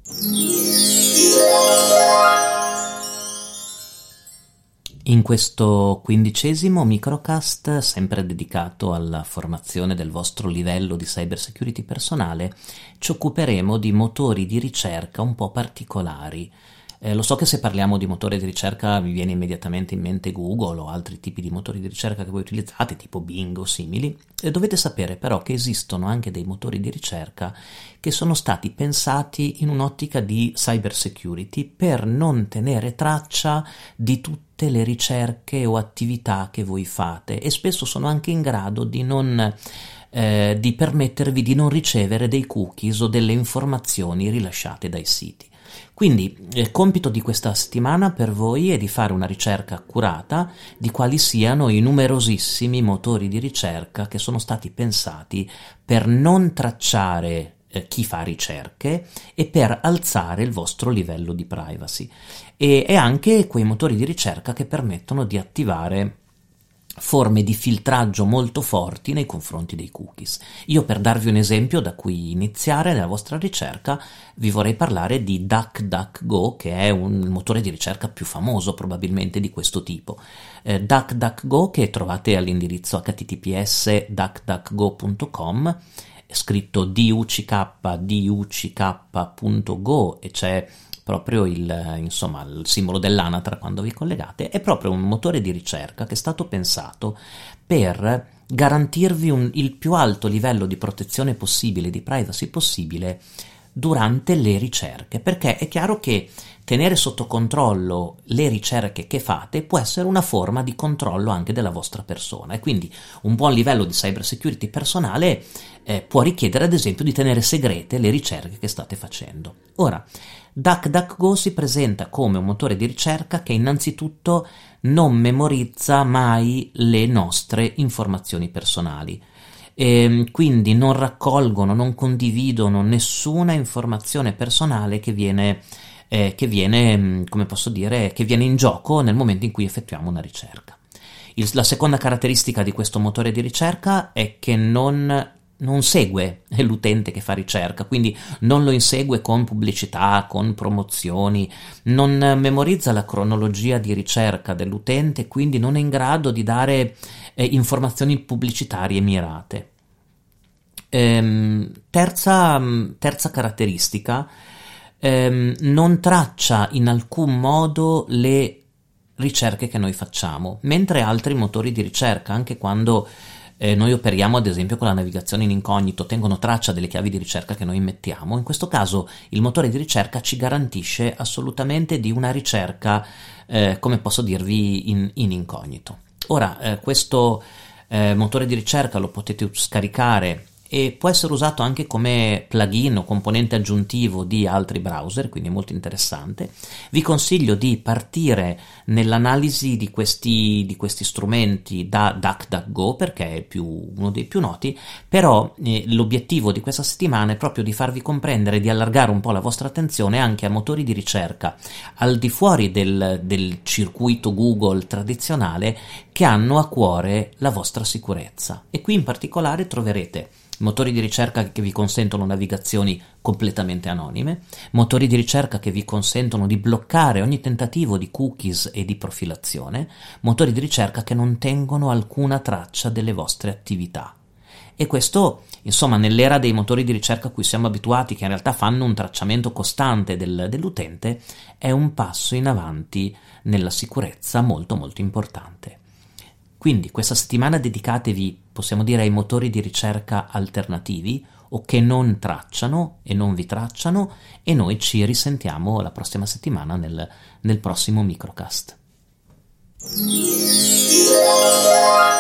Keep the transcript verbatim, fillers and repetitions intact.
In questo quindicesimo microcast, sempre dedicato alla formazione del vostro livello di cybersecurity personale, ci occuperemo di motori di ricerca un po' particolari. Eh, lo so che se parliamo di motore di ricerca vi viene immediatamente in mente Google o altri tipi di motori di ricerca che voi utilizzate, tipo Bing o simili, e dovete sapere però che esistono anche dei motori di ricerca che sono stati pensati in un'ottica di cybersecurity per non tenere traccia di tutte le ricerche o attività che voi fate, e spesso sono anche in grado di non eh, di permettervi di non ricevere dei cookies o delle informazioni rilasciate dai siti. Quindi il compito di questa settimana per voi è di fare una ricerca accurata di quali siano i numerosissimi motori di ricerca che sono stati pensati per non tracciare eh, chi fa ricerche e per alzare il vostro livello di privacy, e, e anche quei motori di ricerca che permettono di attivare forme di filtraggio molto forti nei confronti dei cookies. Io, per darvi un esempio da cui iniziare nella vostra ricerca, vi vorrei parlare di DuckDuckGo, che è un motore di ricerca più famoso probabilmente di questo tipo. Eh, DuckDuckGo, che trovate all'indirizzo h t t p s duck duck go punto com, è scritto d u c k d u c k punto go, e c'è proprio il, insomma, il simbolo dell'anatra quando vi collegate. È proprio un motore di ricerca che è stato pensato per garantirvi un, il più alto livello di protezione possibile, di privacy possibile durante le ricerche, perché è chiaro che tenere sotto controllo le ricerche che fate può essere una forma di controllo anche della vostra persona, e quindi un buon livello di cybersecurity personale eh, può richiedere ad esempio di tenere segrete le ricerche che state facendo. Ora, DuckDuckGo si presenta come un motore di ricerca che innanzitutto non memorizza mai le nostre informazioni personali, e quindi non raccolgono, non condividono nessuna informazione personale che viene, eh, che viene, come posso dire, che viene in gioco nel momento in cui effettuiamo una ricerca. Il, la seconda caratteristica di questo motore di ricerca è che non non segue l'utente che fa ricerca, quindi non lo insegue con pubblicità, con promozioni, non memorizza la cronologia di ricerca dell'utente, quindi non è in grado di dare eh, informazioni pubblicitarie mirate. Ehm, terza, terza caratteristica, ehm, non traccia in alcun modo le ricerche che noi facciamo, mentre altri motori di ricerca, anche quando Eh, noi operiamo ad esempio con la navigazione in incognito, tengono traccia delle chiavi di ricerca che noi mettiamo. In questo caso il motore di ricerca ci garantisce assolutamente di una ricerca, eh, come posso dirvi, in, in incognito. Ora, eh, questo eh, motore di ricerca lo potete scaricare e può essere usato anche come plugin o componente aggiuntivo di altri browser, quindi è molto interessante. Vi consiglio di partire nell'analisi di questi, di questi strumenti da DuckDuckGo, perché è più, uno dei più noti, però eh, l'obiettivo di questa settimana è proprio di farvi comprendere, di allargare un po' la vostra attenzione anche a motori di ricerca al di fuori del, del circuito Google tradizionale, che hanno a cuore la vostra sicurezza. E qui in particolare troverete motori di ricerca che vi consentono navigazioni completamente anonime, motori di ricerca che vi consentono di bloccare ogni tentativo di cookies e di profilazione, motori di ricerca che non tengono alcuna traccia delle vostre attività. E questo, insomma, nell'era dei motori di ricerca a cui siamo abituati, che in realtà fanno un tracciamento costante del, dell'utente, è un passo in avanti nella sicurezza molto molto importante. Quindi questa settimana dedicatevi, possiamo dire, ai motori di ricerca alternativi o che non tracciano e non vi tracciano, e noi ci risentiamo la prossima settimana nel, nel prossimo microcast.